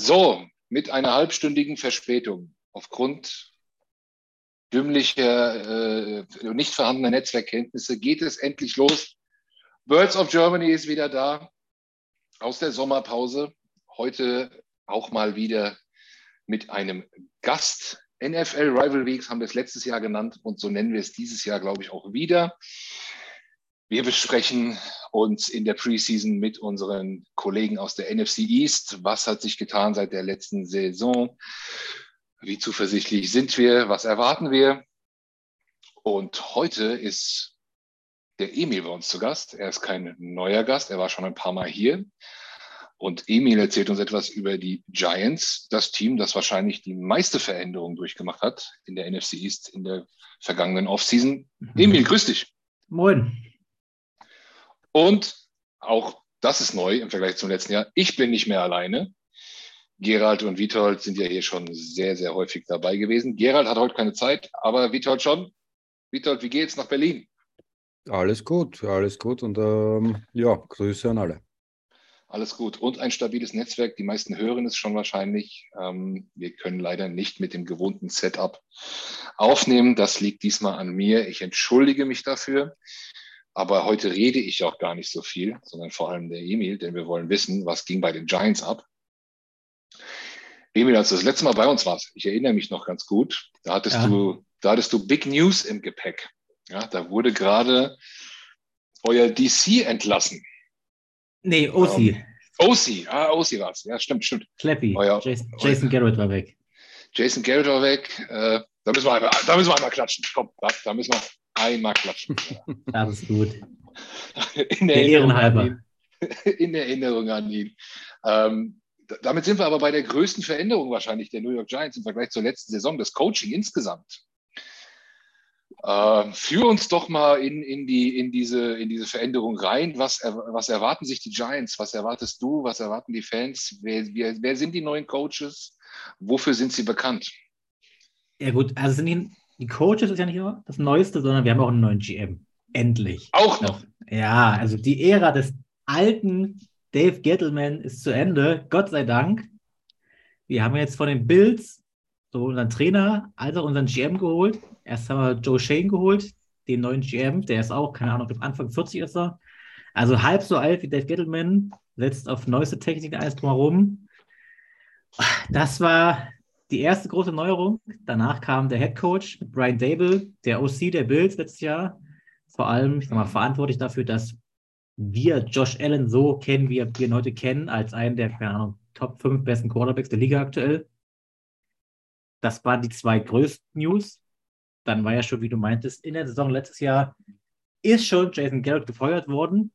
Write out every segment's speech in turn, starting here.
So, mit einer halbstündigen Verspätung aufgrund dümmlicher, nicht vorhandener Netzwerkkenntnisse geht es endlich los. Birds of Germany ist wieder da aus der Sommerpause. Heute auch mal wieder mit einem Gast. NFL Rival Weeks haben wir es letztes Jahr genannt und so nennen wir es dieses Jahr, glaube ich, auch wieder. Wir besprechen uns in der Preseason mit unseren Kollegen aus der NFC East. Was hat sich getan seit der letzten Saison? Wie zuversichtlich sind wir? Was erwarten wir? Und heute ist der Emil bei uns zu Gast. Er ist kein neuer Gast, er war schon ein paar Mal hier. Und Emil erzählt uns etwas über die Giants, das Team, das wahrscheinlich die meiste Veränderung durchgemacht hat in der NFC East in der vergangenen Offseason. Emil, grüß dich. Moin. Und auch das ist neu im Vergleich zum letzten Jahr. Ich bin nicht mehr alleine. Gerald und Witold sind ja hier schon sehr, sehr häufig dabei gewesen. Gerald hat heute keine Zeit, aber Witold schon. Witold, wie geht's nach Berlin? Alles gut und Grüße an alle. Alles gut und ein stabiles Netzwerk. Die meisten hören es schon wahrscheinlich. Wir können leider nicht mit dem gewohnten Setup aufnehmen. Das liegt diesmal an mir. Ich entschuldige mich dafür. Aber heute rede ich auch gar nicht so viel, sondern vor allem der Emil, denn wir wollen wissen, was ging bei den Giants ab. Emil, als du das letzte Mal bei uns warst, ich erinnere mich noch ganz gut, da hattest du Big News im Gepäck. Ja, da wurde gerade euer DC entlassen. Nee, OC. OC war es. Ja, stimmt. Clappy. Jason Garrett war weg. Jason Garrett war weg. Da müssen wir einmal klatschen. Komm, da müssen wir einmal klatschen. Das ist gut. In der Erinnerung an ihn. Damit sind wir aber bei der größten Veränderung wahrscheinlich der New York Giants im Vergleich zur letzten Saison, das Coaching insgesamt. Führ uns doch mal in diese Veränderung rein. Was erwarten sich die Giants? Was erwartest du? Was erwarten die Fans? Wer sind die neuen Coaches? Wofür sind sie bekannt? Ja gut, also die Coaches ist ja nicht nur das Neueste, sondern wir haben auch einen neuen GM. Endlich. Auch noch? Ja, also die Ära des alten Dave Gettleman ist zu Ende, Gott sei Dank. Wir haben jetzt von den Bills sowohl unseren Trainer als auch unseren GM geholt. Erst haben wir Joe Schoen geholt, den neuen GM, der ist auch, keine Ahnung, Anfang 40 ist er. Also halb so alt wie Dave Gettleman, setzt auf neueste Techniken alles drumherum. Das war die erste große Neuerung. Danach kam der Head Coach Brian Daboll, der OC der Bills letztes Jahr. Vor allem, verantwortlich dafür, dass wir Josh Allen so kennen, wie wir ihn heute kennen, als einen der, keine Ahnung, Top 5 besten Quarterbacks der Liga aktuell. Das waren die zwei größten News. Dann war ja schon, wie du meintest, in der Saison letztes Jahr ist schon Jason Garrett gefeuert worden,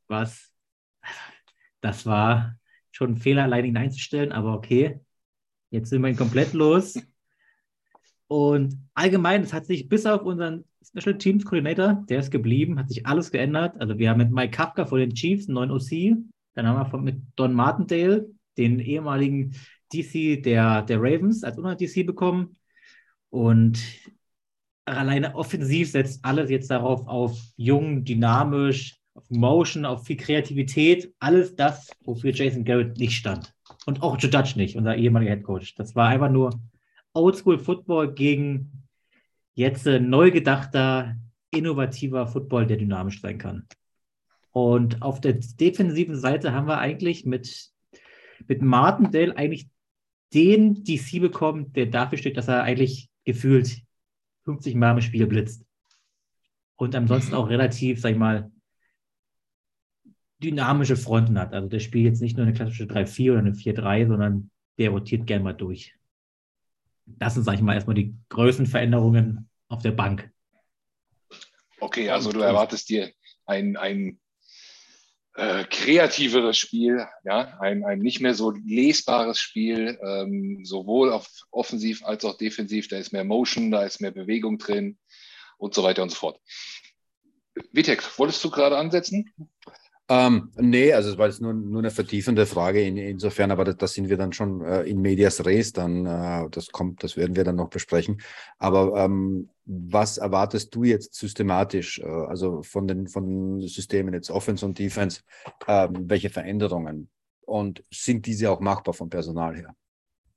das war schon ein Fehler, alleine ihn einzustellen, aber okay, jetzt sind wir ihn komplett los. Und allgemein, es hat sich bis auf unseren Special Teams Coordinator, der ist geblieben, hat sich alles geändert. Also wir haben mit Mike Kafka von den Chiefs einen neuen OC, dann haben wir mit Don Martindale, den ehemaligen DC der Ravens, als Unter-DC bekommen. Und alleine offensiv setzt alles jetzt darauf auf jung, dynamisch, auf Motion, auf viel Kreativität. Alles das, wofür Jason Garrett nicht stand. Und auch Joe Judge nicht, unser ehemaliger Headcoach. Das war einfach nur Oldschool-Football gegen jetzt neu gedachter, innovativer Football, der dynamisch sein kann. Und auf der defensiven Seite haben wir eigentlich mit Martindale eigentlich den DC bekommen, der dafür steht, dass er eigentlich gefühlt 50 Mal im Spiel blitzt. Und ansonsten auch relativ, sag ich mal, dynamische Fronten hat. Also der spielt jetzt nicht nur eine klassische 3-4 oder eine 4-3, sondern der rotiert gerne mal durch. Das sind, sag ich mal, erstmal die größten Veränderungen auf der Bank. Okay, also du erwartest dir ein kreativeres Spiel, ja, ein nicht mehr so lesbares Spiel, sowohl auf offensiv als auch defensiv. Da ist mehr Motion, da ist mehr Bewegung drin und so weiter und so fort. Vitek, wolltest du gerade ansetzen? Nee, also es war jetzt nur eine vertiefende Frage insofern, aber da sind wir dann schon in medias res, dann das werden wir dann noch besprechen. Aber was erwartest du jetzt systematisch, also von den Systemen jetzt Offense und Defense, welche Veränderungen? Und sind diese auch machbar vom Personal her?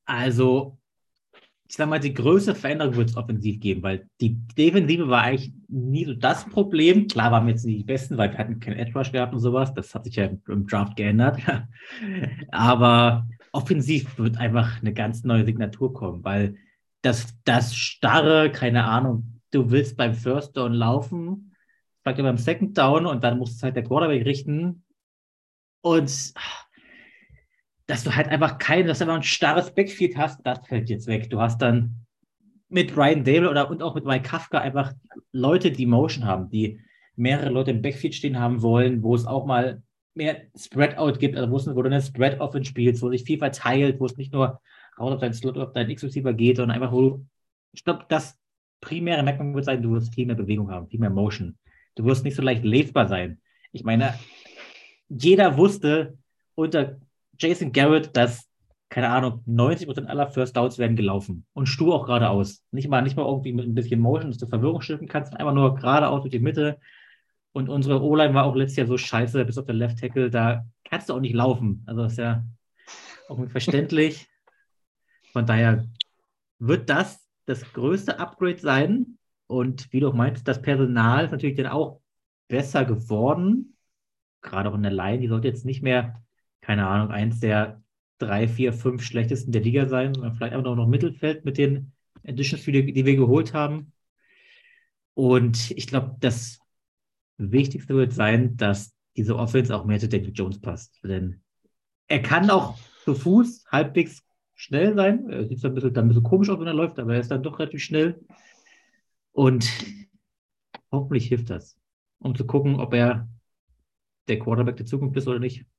Also, ich sag mal, die größte Veränderung wird es offensiv geben, weil die Defensive war eigentlich nie so das Problem. Klar waren wir jetzt nicht die Besten, weil wir hatten keinen Edge Rush gehabt und sowas. Das hat sich ja im Draft geändert. Aber offensiv wird einfach eine ganz neue Signatur kommen, weil das starre, keine Ahnung, du willst beim First Down laufen, vielleicht beim Second Down und dann muss es halt der Quarterback richten. Und dass du halt einfach dass du einfach ein starres Backfield hast, das fällt jetzt weg. Du hast dann mit Ryan Dable und auch mit Mike Kafka einfach Leute, die Motion haben, die mehrere Leute im Backfield stehen haben wollen, wo es auch mal mehr Spread-Out gibt, also wo du eine Spread-Offense spielst, wo sich viel verteilt, wo es nicht nur raus auf deinen Slot oder auf deinen X-Receiver geht, sondern einfach, ich glaube, das primäre Merkmal wird sein, du wirst viel mehr Bewegung haben, viel mehr Motion. Du wirst nicht so leicht lesbar sein. Ich meine, jeder wusste unter Jason Garrett, dass, keine Ahnung, 90% aller First Downs werden gelaufen. Und stur auch geradeaus. Nicht mal irgendwie mit ein bisschen Motion, dass du Verwirrung stiften kannst, einfach nur geradeaus durch die Mitte. Und unsere O-Line war auch letztes Jahr so scheiße, bis auf den Left Tackle, da kannst du auch nicht laufen. Also ist ja auch verständlich. Von daher wird das größte Upgrade sein. Und wie du auch meinst, das Personal ist natürlich dann auch besser geworden. Gerade auch in der Line, die sollte jetzt nicht mehr, keine Ahnung, eins der 3, 4, 5 schlechtesten der Liga sein, sondern vielleicht einfach noch Mittelfeld mit den Additions, die wir geholt haben. Und ich glaube, das Wichtigste wird sein, dass diese Offense auch mehr zu Daniel Jones passt. Denn er kann auch zu Fuß halbwegs schnell sein. Er sieht dann ein bisschen komisch aus, wenn er läuft, aber er ist dann doch relativ schnell. Und hoffentlich hilft das, um zu gucken, ob er der Quarterback der Zukunft ist oder nicht.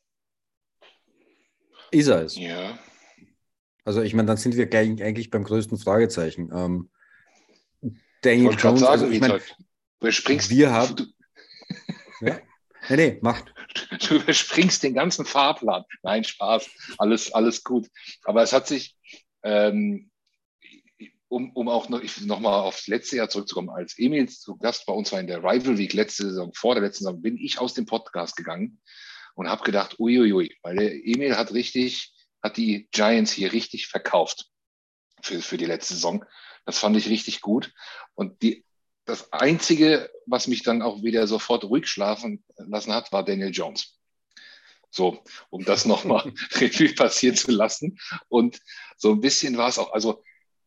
Ist er es? Ja. Also ich meine, dann sind wir eigentlich beim größten Fragezeichen. Ich wollte gerade sagen, ich meine, du überspringst. Wir haben. Ja? Nee, mach. Du überspringst den ganzen Fahrplan. Nein, Spaß. Alles gut. Aber es hat sich, um auch noch mal aufs letzte Jahr zurückzukommen, als Emil zu Gast bei uns war in der Rival Week letzte Saison, vor der letzten Saison, bin ich aus dem Podcast gegangen und habe gedacht, uiuiui, weil der Emil hat die Giants hier richtig verkauft für die letzte Saison. Das fand ich richtig gut. Und das Einzige, was mich dann auch wieder sofort ruhig schlafen lassen hat, war Daniel Jones. So, um das nochmal Revue passieren zu lassen. Und so ein bisschen war es auch, also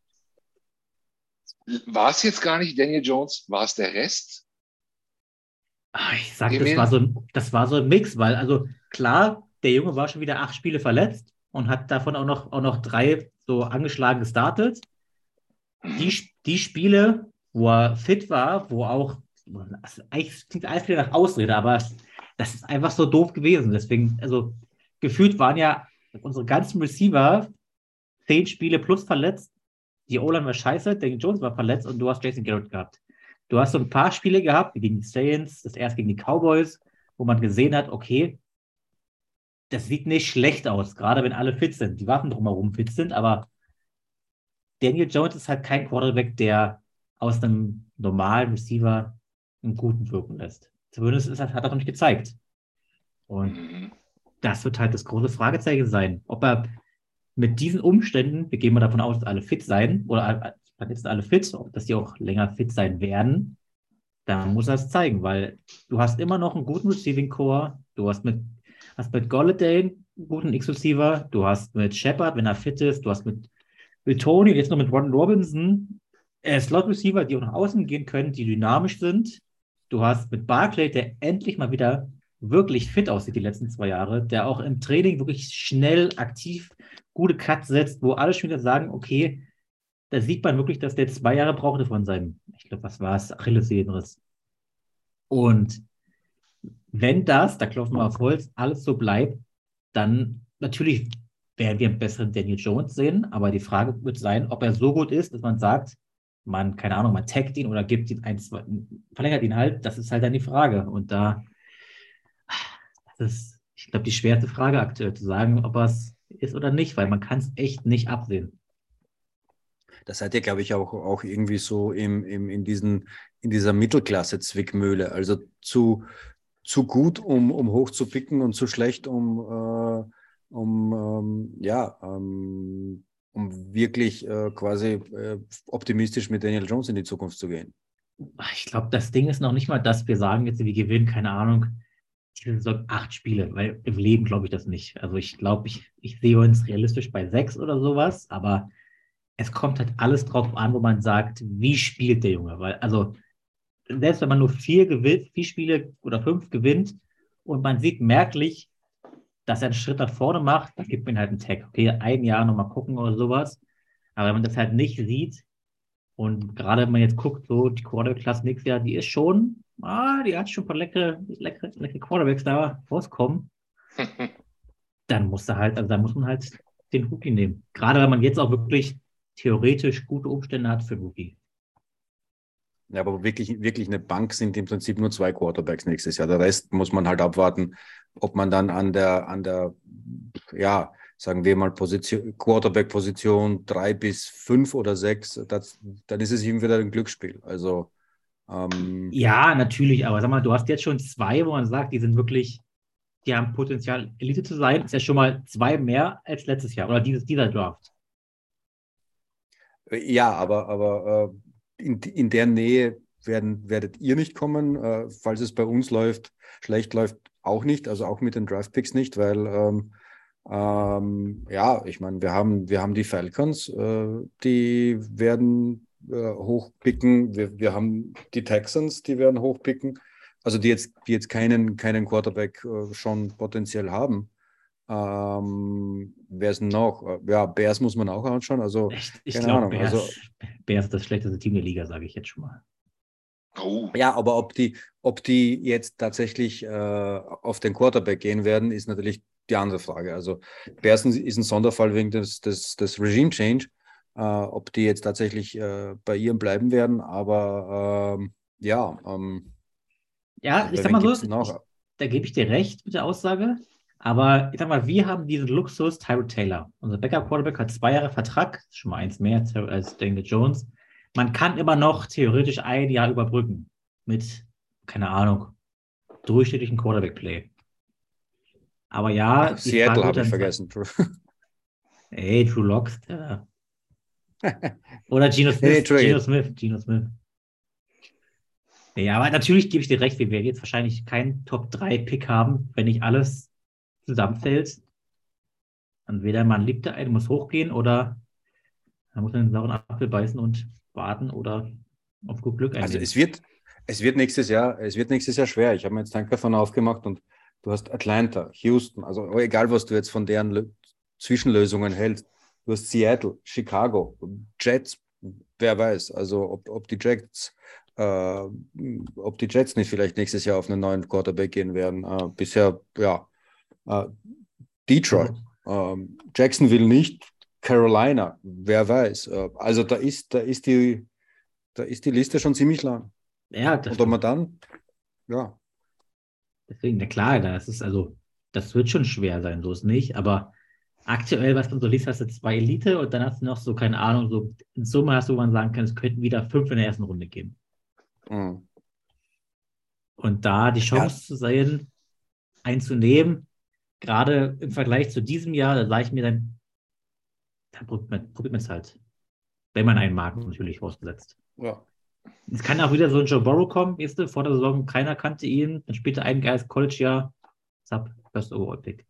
war es jetzt gar nicht Daniel Jones, war es der Rest? Ich sag, das war so ein Mix, weil, also klar, der Junge war schon wieder 8 Spiele verletzt und hat davon auch noch 3 so angeschlagen gestartet. Die Spiele, wo er fit war, wo auch, eigentlich klingt alles wieder nach Ausrede, aber das ist einfach so doof gewesen. Deswegen, also gefühlt waren ja unsere ganzen Receiver 10 Spiele plus verletzt. Die O-Line war scheiße, Daniel Jones war verletzt und du hast Jason Garrett gehabt. Du hast so ein paar Spiele gehabt, wie gegen die Saints, das erst gegen die Cowboys, wo man gesehen hat, okay, das sieht nicht schlecht aus, gerade wenn alle fit sind. Die Waffen drumherum fit sind, aber Daniel Jones ist halt kein Quarterback, der aus einem normalen Receiver einen guten wirken lässt. Zumindest hat er noch nicht gezeigt. Und das wird halt das große Fragezeichen sein, ob er mit diesen Umständen, wir gehen mal davon aus, dass alle fit sein, oder jetzt sind alle fit, dass die auch länger fit sein werden, dann muss er es zeigen, weil du hast immer noch einen guten Receiving Core, du hast mit Golladay einen guten X-Receiver, du hast mit Shepard, wenn er fit ist, du hast mit Tony und jetzt noch mit Ron Robinson Slot-Receiver, die auch nach außen gehen können, die dynamisch sind. Du hast mit Barclay, der endlich mal wieder wirklich fit aussieht die letzten 2 Jahre, der auch im Training wirklich schnell, aktiv, gute Cuts setzt, wo alle Spieler sagen, okay, da sieht man wirklich, dass der 2 Jahre brauchte von seinem, ich glaube, was war es, Achillessehnenriss. Und wenn da klopfen wir auf Holz, alles so bleibt, dann natürlich werden wir einen besseren Daniel Jones sehen, aber die Frage wird sein, ob er so gut ist, dass man sagt, man, keine Ahnung, man taggt ihn oder gibt ihn verlängert ihn halt, das ist halt dann die Frage. Und das ist, ich glaube, die schwerste Frage aktuell, zu sagen, ob er es ist oder nicht, weil man kann es echt nicht absehen. Das seid ihr, glaube ich, auch irgendwie so in dieser Mittelklasse-Zwickmühle. Also zu gut, um hoch zu picken und zu schlecht, um wirklich quasi optimistisch mit Daniel Jones in die Zukunft zu gehen? Ich glaube, das Ding ist noch nicht mal, dass wir sagen, jetzt wir gewinnen, keine Ahnung, diese Saison 8 Spiele, weil im Leben glaube ich das nicht. Also ich glaube, ich sehe uns realistisch bei 6 oder sowas, aber es kommt halt alles drauf an, wo man sagt, wie spielt der Junge? Weil, also, selbst wenn man nur 4 gewinnt, 4 Spiele oder 5 gewinnt und man sieht merklich, dass er einen Schritt nach vorne macht, dann gibt man halt einen Tag. Okay, ein Jahr nochmal gucken oder sowas. Aber wenn man das halt nicht sieht und gerade wenn man jetzt guckt, so die Quarterback-Klasse nächstes Jahr, die ist schon, die hat schon ein paar leckere Quarterbacks da rauskommen, dann muss da halt, also da muss man halt den Rookie nehmen. Gerade wenn man jetzt auch wirklich theoretisch gute Umstände hat für Rookie. Ja, aber wirklich, wirklich eine Bank sind im Prinzip nur 2 Quarterbacks nächstes Jahr. Der Rest muss man halt abwarten, ob man dann an der, ja, sagen wir mal, Quarterback-Position 3 bis 5 oder 6, dann ist es eben wieder ein Glücksspiel. Also, Ja, natürlich, aber sag mal, du hast jetzt schon 2, wo man sagt, die sind wirklich, die haben Potenzial, Elite zu sein. Ist ja schon mal 2 mehr als letztes Jahr oder dieser Draft. ja, aber in der Nähe werdet ihr nicht kommen, falls es bei uns läuft, schlecht läuft auch nicht, also auch mit den Draftpicks nicht, weil ja, ich meine, wir haben die Falcons, die werden hochpicken, wir haben die Texans, die werden hochpicken, also die jetzt keinen Quarterback schon potenziell haben. Wer ist denn noch? Ja, Bears muss man auch anschauen. Also, Echt, ich keine glaube, Ahnung. Also, Bears ist das schlechteste Team der Liga, sage ich jetzt schon mal. Oh. ja, aber ob die jetzt tatsächlich auf den Quarterback gehen werden, ist natürlich die andere Frage. Also, Bears ist ein Sonderfall wegen des Regime Change, ob die jetzt tatsächlich bei ihrem bleiben werden. Aber ja, Ja, ich bei sag wem mal gibt es so, denn noch? da gebe ich dir recht mit der Aussage. Aber ich sag mal, wir haben diesen Luxus, Tyrod Taylor. Unser Backup-Quarterback hat 2 Jahre Vertrag, schon mal eins mehr als Daniel Jones. Man kann immer noch theoretisch ein Jahr überbrücken mit, keine Ahnung, durchschnittlichen Quarterback-Play. Aber ja, Ach, die Frage Seattle wird habe ich dann sein, vergessen. ey, Drew Lock, oder Geno Nee, Smith, Entschuldige. Geno Smith. Ja, aber natürlich gebe ich dir recht, wir werden jetzt wahrscheinlich keinen Top-3-Pick haben, wenn nicht alles zusammenfällt. Entweder man liebt der eine, muss hochgehen, oder man muss einen sauren Apfel beißen und warten oder auf gut Glück Also eingehen. es wird nächstes Jahr schwer. Ich habe mir jetzt Tankathon aufgemacht und du hast Atlanta, Houston, also egal, was du jetzt von deren Zwischenlösungen hältst. Du hast Seattle, Chicago, Jets, wer weiß. Also ob die Jets nicht vielleicht nächstes Jahr auf einen neuen Quarterback gehen werden. Bisher, ja, äh, Detroit, Jacksonville nicht, Carolina, wer weiß. Also da ist die Liste schon ziemlich lang. Ja, Und ob man dann, ja, deswegen, na klar, das ist also, das wird schon schwer sein, so ist nicht, aber aktuell, was man so liest, hast du 2 Elite und dann hast du noch so, keine Ahnung, so in Summe hast du, wo man sagen kann, es könnten wieder 5 in der ersten Runde geben. mh. Und da die Ja, Chance zu sehen, einzunehmen, gerade im Vergleich zu diesem Jahr, da sage ich mir dann probiert man es halt. Wenn man einen mag, natürlich vorausgesetzt. ja. Es kann auch wieder so ein Joe Burrow kommen, weißt du, vor der Saison, keiner kannte ihn, dann spielt er ein geiles College-Jahr, zapp, First Overall Pick.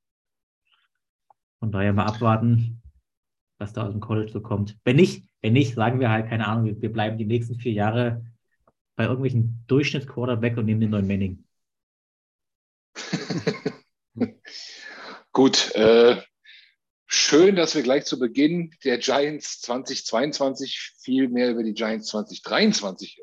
Von daher mal abwarten, was da aus dem College so kommt. Wenn nicht, sagen wir halt, keine Ahnung, wir bleiben die nächsten 4 Jahre bei irgendwelchen Durchschnittsquarterback und nehmen den neuen Manning. Gut, schön, dass wir gleich zu Beginn der Giants 2022 viel mehr über die Giants 2023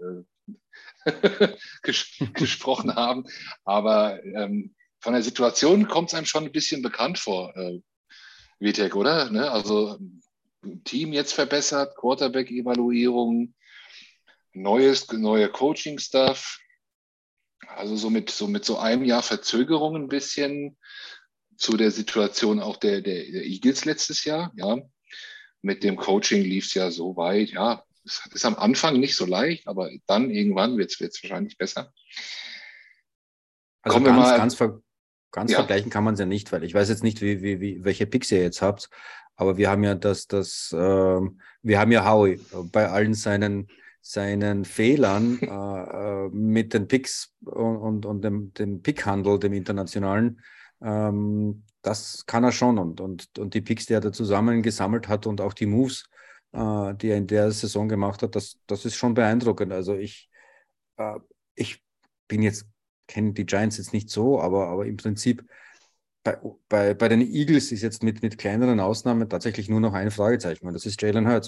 gesprochen haben. Aber von der Situation kommt es einem schon ein bisschen bekannt vor, Vitek, oder? Ne? Also Team jetzt verbessert, Quarterback-Evaluierung, neue Coaching-Stuff. Also mit so einem Jahr Verzögerung ein bisschen zu der Situation auch der Eagles letztes Jahr. Ja, mit dem Coaching lief es ja so weit. Ja, es ist am Anfang nicht so leicht, aber dann irgendwann wird es wahrscheinlich besser. Also Kommen wir mal. ganz vergleichen kann man es ja nicht, weil ich weiß jetzt nicht, welche Picks ihr jetzt habt, aber wir haben ja wir haben ja Howie bei allen seinen Fehlern mit den Picks und dem Pickhandel, dem internationalen, das kann er schon und die Picks, die er da zusammen gesammelt hat und auch die Moves, die er in der Saison gemacht hat, das ist schon beeindruckend. Also ich kenne die Giants jetzt nicht so, aber im Prinzip bei den Eagles ist jetzt mit kleineren Ausnahmen tatsächlich nur noch ein Fragezeichen und das ist Jalen Hurts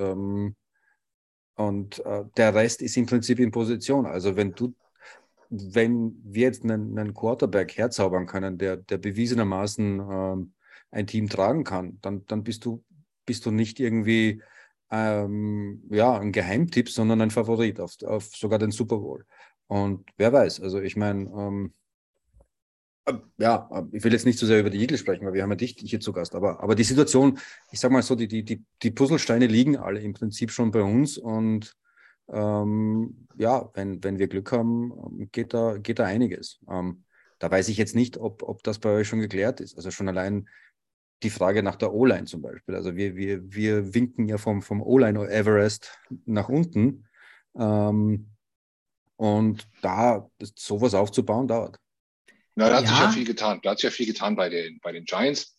und der Rest ist im Prinzip in Position. Also wenn wir jetzt einen Quarterback herzaubern können, der bewiesenermaßen ein Team tragen kann, dann bist du nicht irgendwie ein Geheimtipp, sondern ein Favorit auf sogar den Super Bowl. Und wer weiß, also ich meine, ich will jetzt nicht so sehr über die Eagles sprechen, weil wir haben ja dich hier zu Gast, aber die Situation, ich sag mal so, die Puzzlesteine liegen alle im Prinzip schon bei uns und wenn wir Glück haben, geht da einiges. Da weiß ich jetzt nicht, ob das bei euch schon geklärt ist. Also schon allein die Frage nach der O-Line zum Beispiel. Also wir winken ja vom O-Line Everest nach unten. Und sowas aufzubauen, dauert. Na, da hat sich ja viel getan. Da hat sich ja viel getan bei den Giants.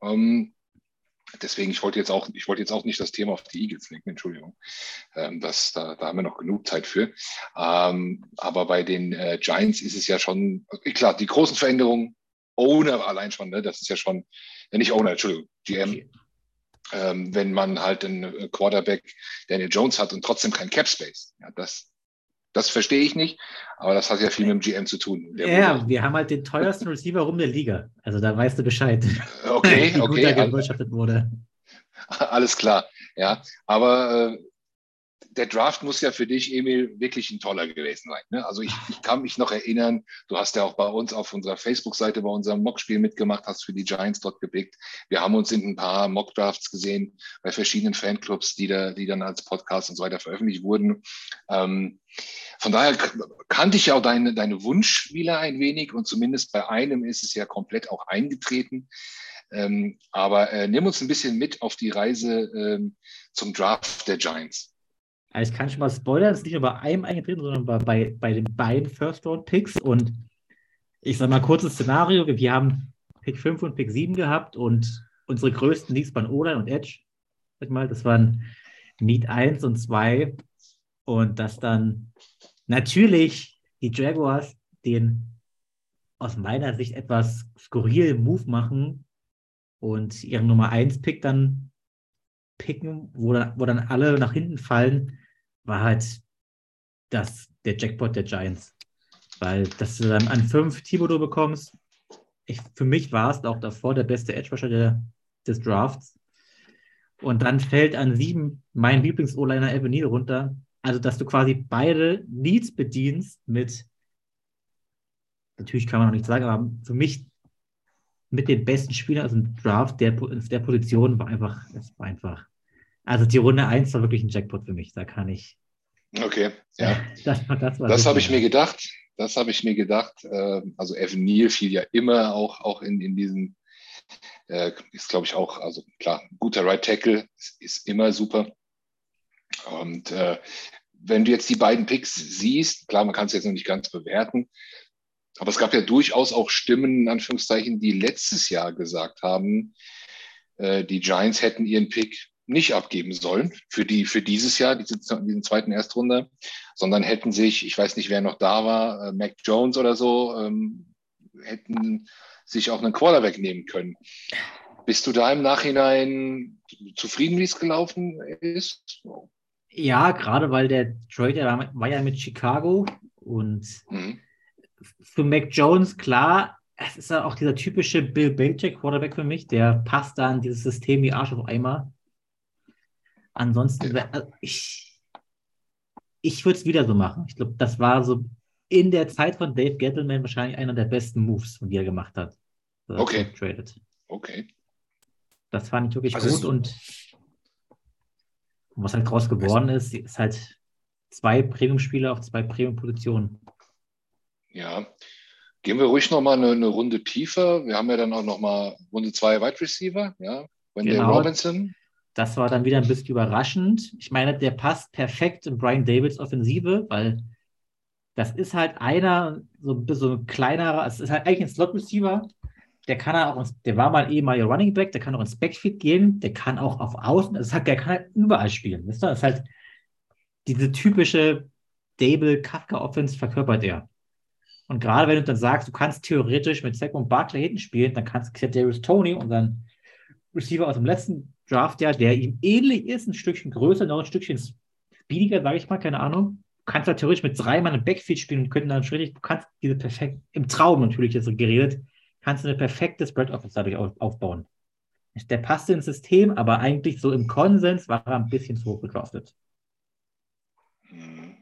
Deswegen, ich wollte jetzt auch nicht das Thema auf die Eagles lenken, Entschuldigung. Da haben wir noch genug Zeit für. Aber bei den Giants ist es ja schon, klar, die großen Veränderungen, Owner allein schon, ne, das ist ja schon, nicht Owner, Entschuldigung, GM. Wenn man halt einen Quarterback Daniel Jones hat und trotzdem kein Cap Space. Ja, das verstehe ich nicht, aber das hat ja viel mit dem GM zu tun. Wir haben halt den teuersten Receiver rum der Liga. Also da weißt du Bescheid. Okay, wie gut da gewirtschaftet wurde. Alles klar, ja. Aber der Draft muss ja für dich, Emil, wirklich ein toller gewesen sein. Ne? Also ich kann mich noch erinnern, du hast ja auch bei uns auf unserer Facebook-Seite bei unserem Mockspiel mitgemacht, hast für die Giants dort gepickt. Wir haben uns in ein paar Mock-Drafts gesehen bei verschiedenen Fanclubs, die dann als Podcast und so weiter veröffentlicht wurden. Von daher kannte ich ja auch deine Wunschspieler ein wenig und zumindest bei einem ist es ja komplett auch eingetreten. Aber nimm uns ein bisschen mit auf die Reise zum Draft der Giants. Also ich kann schon mal spoilern, es ist nicht nur bei einem eingetreten, sondern bei den beiden First-Round-Picks. Und ich sage mal, kurzes Szenario, wir haben Pick 5 und Pick 7 gehabt und unsere größten Needs waren O-Line und Edge. Sag mal, das waren Need 1 und 2. Und dass dann natürlich die Jaguars den aus meiner Sicht etwas skurrilen Move machen und ihren Nummer 1-Pick dann picken, wo dann alle nach hinten fallen, war halt der Jackpot der Giants. Weil, dass du dann an 5 Thibodeau bekommst, für mich war es auch davor der beste Edge-Rusher des Drafts. Und dann fällt an 7 mein Lieblings-O-Liner Evan Neal runter. Also, dass du quasi beide Needs bedienst mit, natürlich kann man noch nicht sagen, aber für mich mit den besten Spielern aus dem Draft der Position war einfach. Also die Runde 1 war wirklich ein Jackpot für mich. Da kann ich. Okay, ja. Das habe ich mir gedacht. Also Evan Neal fiel ja immer auch in diesen, ist glaube ich auch, also klar, guter Right Tackle ist immer super. Und wenn du jetzt die beiden Picks siehst, klar, man kann es jetzt noch nicht ganz bewerten, aber es gab ja durchaus auch Stimmen, in Anführungszeichen, die letztes Jahr gesagt haben, die Giants hätten ihren Pick nicht abgeben sollen für dieses Jahr, diesen zweiten Erstrunder, sondern hätten sich, ich weiß nicht, wer noch da war, Mac Jones oder so, hätten sich auch einen Quarterback nehmen können. Bist du da im Nachhinein zufrieden, wie es gelaufen ist? Ja, gerade weil der Trade war ja mit Chicago und für Mac Jones, klar, es ist ja auch dieser typische Bill Belichick Quarterback für mich, der passt da in dieses System wie Arsch auf Eimer. Ansonsten, ich würde es wieder so machen. Ich glaube, das war so in der Zeit von Dave Gettleman wahrscheinlich einer der besten Moves, die er gemacht hat. Okay. Das fand ich wirklich gut und was halt draus geworden ist halt 2 Premium-Spieler auf 2 Premium-Positionen. Ja, Gehen wir ruhig nochmal eine Runde tiefer. Wir haben ja dann auch nochmal Runde 2 Wide Receiver, ja. Wendell Genau, Robinson. das war dann wieder ein bisschen überraschend. Ich meine, der passt perfekt in Brian Dabols Offensive, weil das ist halt einer, so ein kleinerer, es ist halt eigentlich ein Slot-Receiver, der kann auch, der war mal ehemaliger Running Back, der kann auch ins Backfield gehen, der kann auch auf Außen, der kann halt überall spielen. Wisst ihr? Das ist halt diese typische Dable-Kafka-Offense verkörpert er. Und gerade wenn du dann sagst, du kannst theoretisch mit Saquon Barkley hinten spielen, dann kannst du Darius Toney und dann Receiver aus dem letzten Draftjahr, der ihm ähnlich ist, ein Stückchen größer, noch ein Stückchen speediger, sage ich mal, keine Ahnung. Du kannst da theoretisch mit 3 Mann im Backfield spielen und könnten dann schwierig, du kannst diese perfekt, im Traum natürlich jetzt so geredet, kannst du eine perfekte Spread-Offense dadurch aufbauen. Der passte ins System, aber eigentlich so im Konsens war er ein bisschen zu hoch gedraftet. Hm.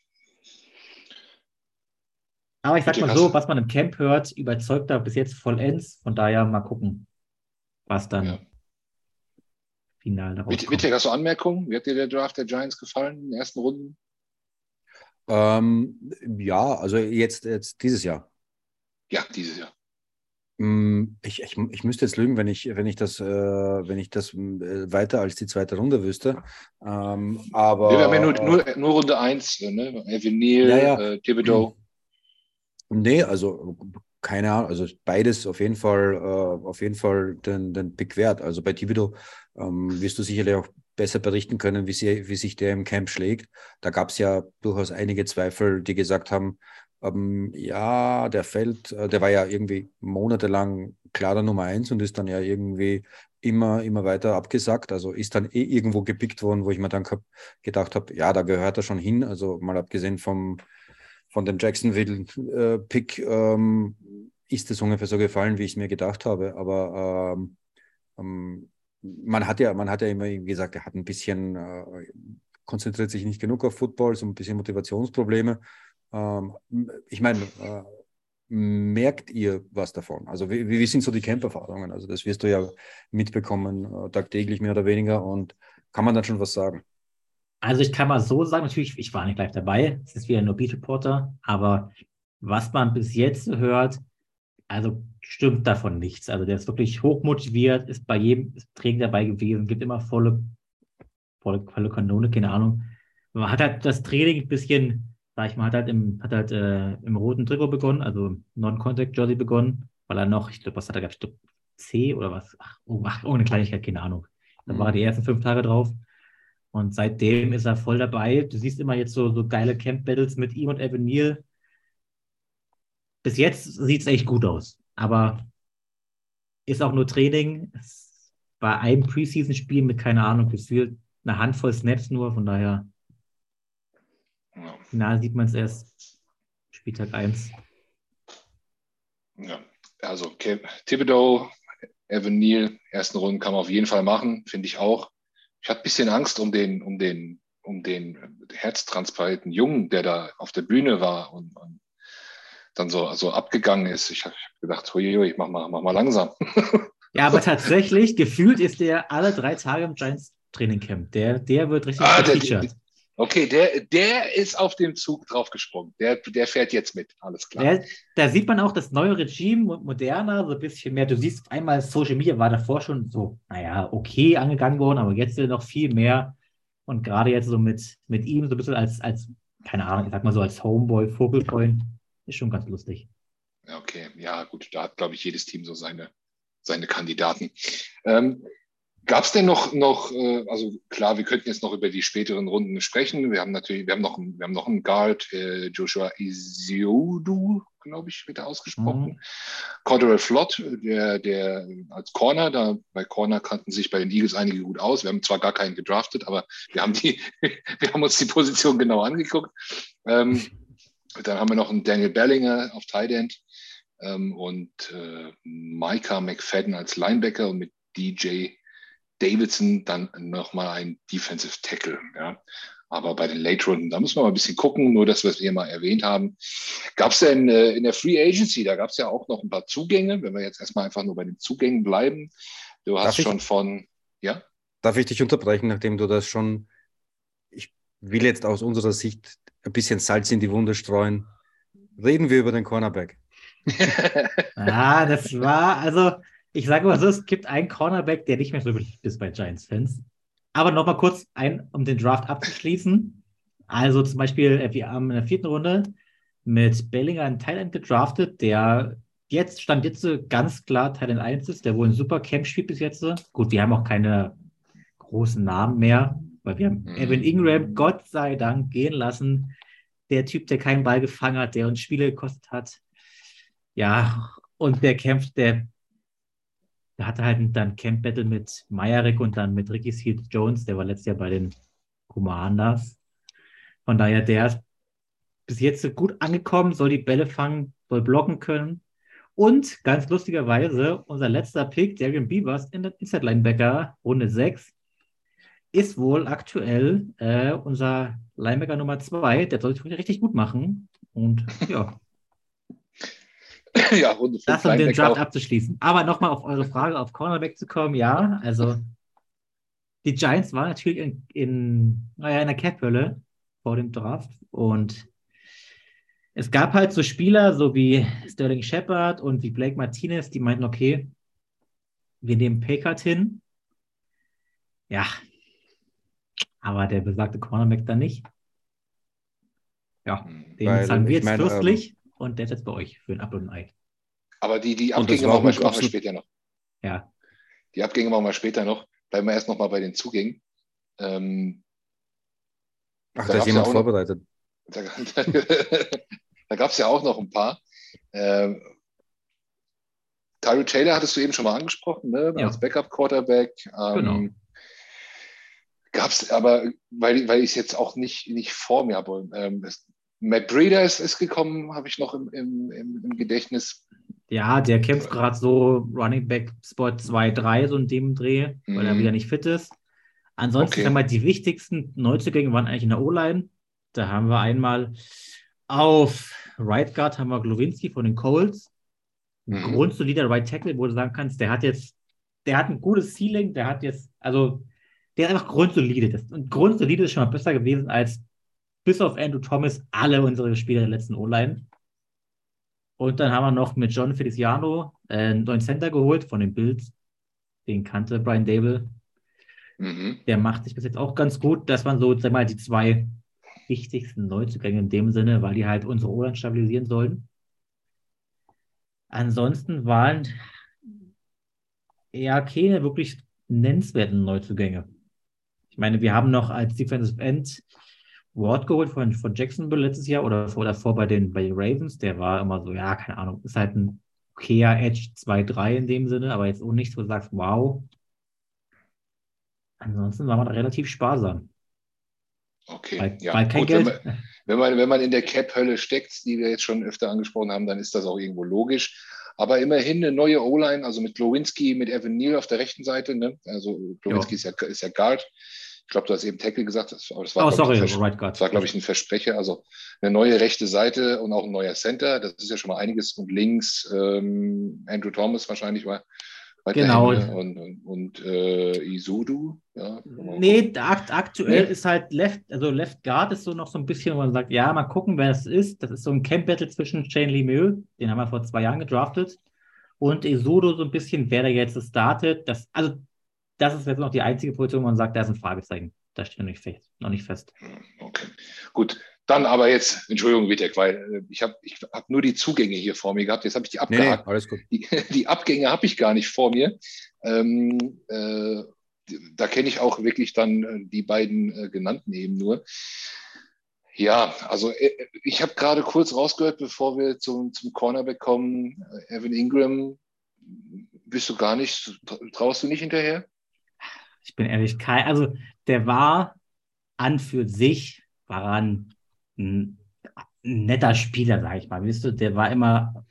Aber ich sag Bitte, mal Kass. so, was man im Camp hört, überzeugt er bis jetzt vollends. Von daher mal gucken, was dann Ja. final daraus Bitte, kommt. hast du Anmerkungen? Wie hat dir der Draft der Giants gefallen in den ersten Runden? Ja, also jetzt dieses Jahr. Ja, dieses Jahr. Ich müsste jetzt lügen, wenn ich das weiter als die zweite Runde wüsste. Aber Nee, wir haben ja nur Runde 1, ne? Evan Neal, ja, ja. Thibodeau. Nee, also keine Ahnung, also beides auf jeden Fall den Pick wert. Also bei Thibodeau wirst du sicherlich auch besser berichten können, wie sich der im Camp schlägt. Da gab es ja durchaus einige Zweifel, die gesagt haben, ja, der war ja irgendwie monatelang klarer Nummer 1 und ist dann ja irgendwie immer weiter abgesackt. Also ist dann irgendwo gepickt worden, wo ich mir dann gedacht habe, ja, da gehört er schon hin. Also mal abgesehen von dem Jacksonville-Pick ist es ungefähr so gefallen, wie ich es mir gedacht habe. Aber man hat ja immer gesagt, er hat ein bisschen konzentriert sich nicht genug auf Football, so ein bisschen Motivationsprobleme. Ich meine, merkt ihr was davon? Also wie sind so die Camp-Erfahrungen? Also das wirst du ja mitbekommen, tagtäglich mehr oder weniger. Und kann man dann schon was sagen? Also ich kann mal so sagen, natürlich, ich war nicht live dabei, es ist wieder nur Beat Reporter, aber was man bis jetzt hört, also stimmt davon nichts. Also der ist wirklich hochmotiviert, ist bei jedem Training dabei gewesen, gibt immer volle Kanone, keine Ahnung. Man hat halt das Training ein bisschen, sag ich mal, im roten Trikot begonnen, also Non-Contact-Jersey begonnen, weil er noch, ich glaube, was hat er gehabt? Ich glaub, C oder was? Eine Kleinigkeit, keine Ahnung. Da war er die ersten 5 Tage drauf. Und seitdem ist er voll dabei. Du siehst immer jetzt so geile Camp-Battles mit ihm und Evan Neal. Bis jetzt sieht es echt gut aus. Aber ist auch nur Training. Es war ein Preseason-Spiel mit, keine Ahnung, gefühlt eine Handvoll Snaps nur. Von daher, Ja. final sieht man es erst Spieltag 1. Ja. Also Thibodeau, Evan Neal, ersten Runden kann man auf jeden Fall machen, finde ich auch. Ich hatte ein bisschen Angst um den herztransparenten Jungen, der da auf der Bühne war und dann so abgegangen ist. Ich habe gedacht, huiui, mach mal langsam. Ja, aber tatsächlich, gefühlt ist der alle 3 Tage im Giants-Training-Camp. Der wird richtig gefeatured. Okay, der ist auf den Zug draufgesprungen. Der fährt jetzt mit, alles klar. Da sieht man auch das neue Regime, moderner, so ein bisschen mehr. Du siehst einmal, Social Media war davor schon so, naja, okay angegangen worden, aber jetzt noch viel mehr. Und gerade jetzt so mit ihm so ein bisschen als, keine Ahnung, ich sag mal so als Homeboy, Vogelfreund, ist schon ganz lustig. Okay, ja gut, da hat, glaube ich, jedes Team so seine Kandidaten. Gab es denn noch, also klar, wir könnten jetzt noch über die späteren Runden sprechen. Wir haben noch einen Guard, Joshua Iziodu, glaube ich, wird er ausgesprochen. Cordell Flott, der als Corner, bei Corner kannten sich bei den Eagles einige gut aus. Wir haben zwar gar keinen gedraftet, aber wir haben uns die Position genau angeguckt. Dann haben wir noch einen Daniel Bellinger auf Tight End und Micah McFadden als Linebacker und mit DJ Davidson dann nochmal ein Defensive Tackle. Ja. Aber bei den Late-Runden, da müssen wir mal ein bisschen gucken, nur dass wir es hier mal erwähnt haben. Gab es denn in der Free Agency, da gab es ja auch noch ein paar Zugänge, wenn wir jetzt erstmal einfach nur bei den Zugängen bleiben. Du hast ja? Darf ich dich unterbrechen, nachdem du das schon, ich will jetzt aus unserer Sicht ein bisschen Salz in die Wunde streuen. Reden wir über den Cornerback. Das war, also ich sage mal so, es gibt einen Cornerback, der nicht mehr so beliebt ist bei Giants-Fans. Aber nochmal kurz um den Draft abzuschließen. Also zum Beispiel, wir haben in der 4. Runde mit Bellinger einen Tight End gedraftet, der Stand jetzt so ganz klar Tight End 1 ist, der wohl ein super Camp spielt bis jetzt. Gut, wir haben auch keine großen Namen mehr, weil wir haben Evan Ingram, Gott sei Dank, gehen lassen. Der Typ, der keinen Ball gefangen hat, der uns Spiele gekostet hat. Ja, und der hatte halt dann Camp-Battle mit Meyerick und dann mit Ricky Seals-Jones, der war letztes Jahr bei den Commanders. Von daher, der ist bis jetzt so gut angekommen, soll die Bälle fangen, soll blocken können. Und ganz lustigerweise, unser letzter Pick, Darian Beavers, Inside Linebacker, Runde 6, ist wohl aktuell unser Linebacker Nummer 2. Der soll sich richtig gut machen. Und ja, Ja, Runde 5 das, um den Linebacker Draft auch. abzuschließen. Aber nochmal auf eure Frage auf Cornerback zu kommen, ja, also die Giants waren natürlich in der Cap-Hölle vor dem Draft und es gab halt so Spieler, so wie Sterling Shepard und wie Blake Martinez, die meinten, okay, wir nehmen Paycard hin. Ja, aber der besagte Cornerback dann nicht. Ja, den zahlen Weil wir ich jetzt meine, fürstlich und der ist jetzt bei euch für ein Apfel und ein Ei. Aber die und das Abgänge war auch machen ein wir absolut. später noch. Ja, Die Abgänge machen wir später noch. Bleiben wir erst noch mal bei den Zugängen. Ach, Da da gab ist es ja jemand auch noch, vorbereitet. da, da gab es ja auch noch ein paar. Tyrod Taylor hattest du eben schon mal angesprochen, ne? Als ja, Backup-Quarterback. genau. Gab es aber, weil ich es jetzt auch nicht vor mir habe. Matt Breida ist gekommen, habe ich noch im Gedächtnis. Ja, der kämpft gerade so Running Back Spot 2-3, so in dem Dreh, weil er wieder nicht fit ist. Ansonsten, sagen Okay. wir mal, die wichtigsten Neuzugänge waren eigentlich in der O-Line. Da haben wir einmal auf Right Guard haben wir Glowinski von den Colts. Ein Mhm. grundsolider Right Tackle, wo du sagen kannst, der hat ein gutes Ceiling, also der ist einfach grundsolide. Und grundsolide ist schon mal besser gewesen als bis auf Andrew Thomas alle unsere Spieler der letzten O-Line. Und dann haben wir noch mit John Feliciano einen neuen Center geholt von den Bills. Den kannte Brian Dable. Mhm. Der macht sich bis jetzt auch ganz gut. Das waren so, sag mal, die zwei wichtigsten Neuzugänge in dem Sinne, weil die halt unsere O-Line stabilisieren sollen. Ansonsten waren eher keine wirklich nennenswerten Neuzugänge. Ich meine, wir haben noch als Defensive End Ward geholt von Jacksonville letztes Jahr oder davor bei den Ravens. Der war immer so, ja, keine Ahnung, ist halt ein okayer Edge 2-3 in dem Sinne, aber jetzt auch nichts, wo du sagst, wow. Ansonsten war man da relativ sparsam, Okay, weil ja, kein gut, Geld. wenn man in der Cap-Hölle steckt, die wir jetzt schon öfter angesprochen haben, dann ist das auch irgendwo logisch. Aber immerhin eine neue O-Line, also mit Glowinski, mit Evan Neal auf der rechten Seite. Ne? Also Glowinski Ja. ist ja Guard. Ich glaube, du hast eben Tackle gesagt, aber das war, Oh, glaube ich, sorry, Right Guard. ein Versprecher. Also eine neue rechte Seite und auch ein neuer Center. Das ist ja schon mal einiges. Und links Andrew Thomas wahrscheinlich war weiterhin, Genau. ne? Und Isudu. Ja, mal Nee, gucken. aktuell Nee? ist halt Left Guard ist so noch so ein bisschen, wo man sagt, ja, mal gucken, wer das ist. Das ist so ein Camp-Battle zwischen Shane Lemieux, den haben wir vor 2 Jahren gedraftet, und Isodo so ein bisschen, wer da jetzt startet. Das ist jetzt noch die einzige Position, wo man sagt, da ist ein Fragezeichen. Das steht noch nicht fest. Okay, gut. Dann aber jetzt, Entschuldigung, Witek, weil ich hab nur die Zugänge hier vor mir gehabt. Jetzt habe ich die Nee, abgehakt. alles gut. Die Abgänge habe ich gar nicht vor mir. Ähm, äh, Da kenne ich auch wirklich dann die beiden genannten eben nur. Ja, also ich habe gerade kurz rausgehört, bevor wir zum Cornerback kommen, Evan Ingram, bist du gar nicht, traust du nicht hinterher? Ich bin ehrlich, also der war an für sich, war ein netter Spieler, sag ich mal. Weißt du, der war immer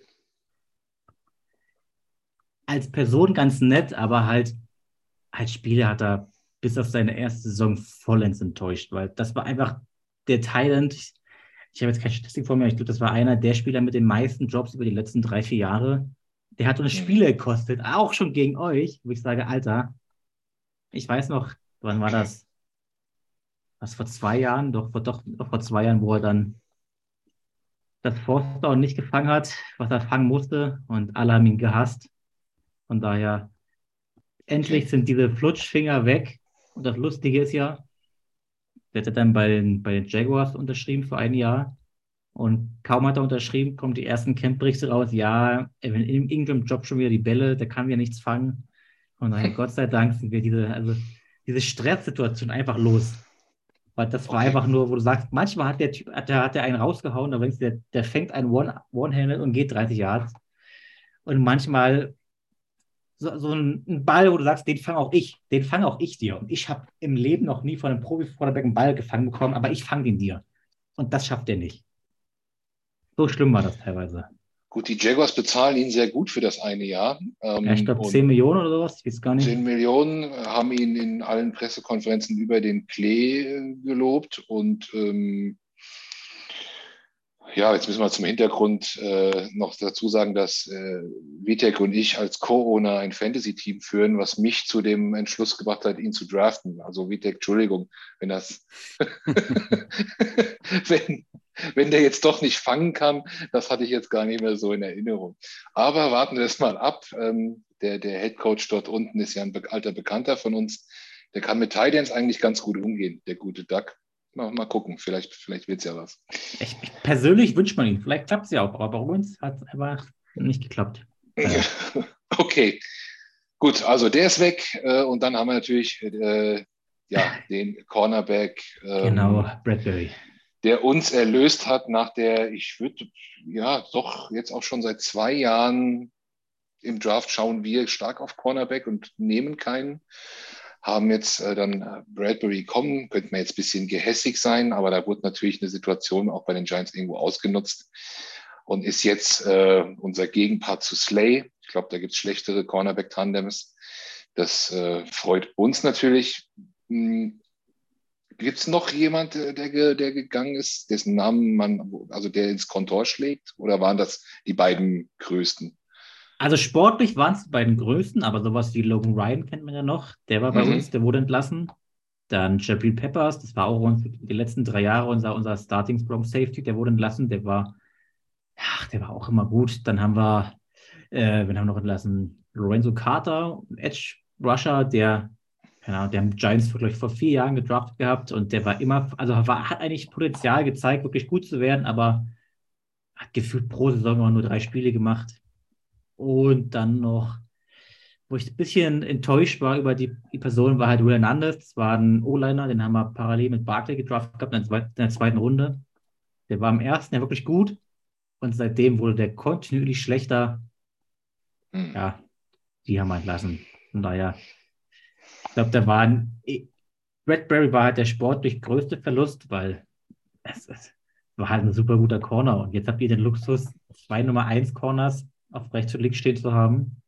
als Person ganz nett, aber halt als Spieler hat er bis auf seine erste Saison vollends enttäuscht, weil das war einfach der Thailand. Ich habe jetzt keine Statistik vor mir, ich glaube, das war einer der Spieler mit den meisten Jobs über die letzten 3, 4 Jahre. Der hat uns Hm, Spiele gekostet, auch schon gegen euch, wo ich sage, Alter, ich weiß noch, wann war okay. das? Was vor 2 Jahren? Doch vor 2 Jahren, wo er dann dass Forster nicht gefangen hat, was er fangen musste und alle haben ihn gehasst. Von daher, endlich sind diese Flutschfinger weg. Und das Lustige ist ja, der hat dann bei den Jaguars unterschrieben für ein Jahr. Und kaum hat er unterschrieben, kommen die ersten Camp-Berichte raus. Ja, wenn Ingram droppt schon wieder die Bälle, der kann ja nichts fangen. Von daher, Gott sei Dank sind wir diese Stresssituation einfach los. Weil das war einfach nur, wo du sagst, manchmal hat der Typ, hat der einen rausgehauen, aber denkst du, der fängt einen One-Handed und geht 30 Yards. Und manchmal so ein Ball, wo du sagst, den fange auch ich dir. Und ich habe im Leben noch nie von einem Profi-Quarterback einen Ball gefangen bekommen, aber ich fange den dir. Und das schafft er nicht. So schlimm war das teilweise. Gut, die Jaguars bezahlen ihn sehr gut für das eine Jahr. Ja, ich glaube 10 Millionen oder sowas, ich weiß gar nicht. 10 Millionen haben ihn in allen Pressekonferenzen über den Klee gelobt. Und ja, jetzt müssen wir zum Hintergrund noch dazu sagen, dass Vitek und ich als Co-Owner ein Fantasy-Team führen, was mich zu dem Entschluss gebracht hat, ihn zu draften. Also Vitek, Entschuldigung, wenn das wenn der jetzt doch nicht fangen kann, das hatte ich jetzt gar nicht mehr so in Erinnerung. Aber warten wir es mal ab. Der Head Coach dort unten ist ja ein alter Bekannter von uns. Der kann mit Tight Ends eigentlich ganz gut umgehen, der gute Duck. Mal gucken, vielleicht wird es ja was. Ich persönlich wünsche man ihn. Vielleicht klappt es ja auch, aber bei uns hat es einfach nicht geklappt. Okay, gut, also der ist weg. Und dann haben wir natürlich den Cornerback. Genau, Bradbury. Der uns erlöst hat nach der, ich würde doch jetzt auch schon seit 2 Jahren im Draft schauen wir stark auf Cornerback und nehmen keinen. Haben jetzt dann Bradbury kommen, könnte man jetzt ein bisschen gehässig sein, aber da wurde natürlich eine Situation auch bei den Giants irgendwo ausgenutzt und ist jetzt unser Gegenpart zu Slay. Ich glaube, da gibt es schlechtere Cornerback-Tandems. Das freut uns natürlich. Gibt es noch jemand, der gegangen ist, dessen Namen der ins Kontor schlägt? Oder waren das die beiden größten? Also sportlich waren es die beiden größten, aber sowas wie Logan Ryan kennt man ja noch. Der war bei uns, der wurde entlassen. Dann Jabril Peppers, das war auch uns die letzten 3 Jahre unser Starting Strong Safety, der wurde entlassen. Der war auch immer gut. Dann haben wir, wen haben wir noch entlassen? Lorenzo Carter, Edge Rusher, der haben Giants, glaube ich, vor 4 Jahren gedraftet gehabt und der war immer, hat eigentlich Potenzial gezeigt, wirklich gut zu werden, aber hat gefühlt pro Saison immer nur 3 Spiele gemacht. Und dann noch, wo ich ein bisschen enttäuscht war über die Person, war halt Will Hernandez. Das war ein O-Liner, den haben wir parallel mit Barkley gedraftet gehabt in der zweiten Runde. Der war im ersten Jahr wirklich gut und seitdem wurde der kontinuierlich schlechter. Ja, die haben wir entlassen. Von daher, ich glaube, Bradbury war halt der sportlich größte Verlust, weil es war halt ein super guter Corner und jetzt habt ihr den Luxus, 2 Nummer 1 Corners auf rechts und links stehen zu haben.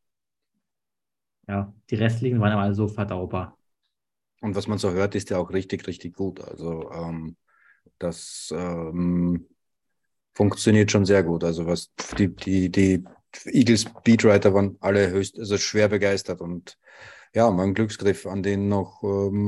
Ja, die restlichen waren aber alle so verdaubar. Und was man so hört, ist ja auch richtig, richtig gut. Also das funktioniert schon sehr gut. Also was die Eagles Beatwriter waren alle schwer begeistert und ja, mal ein Glücksgriff, an denen noch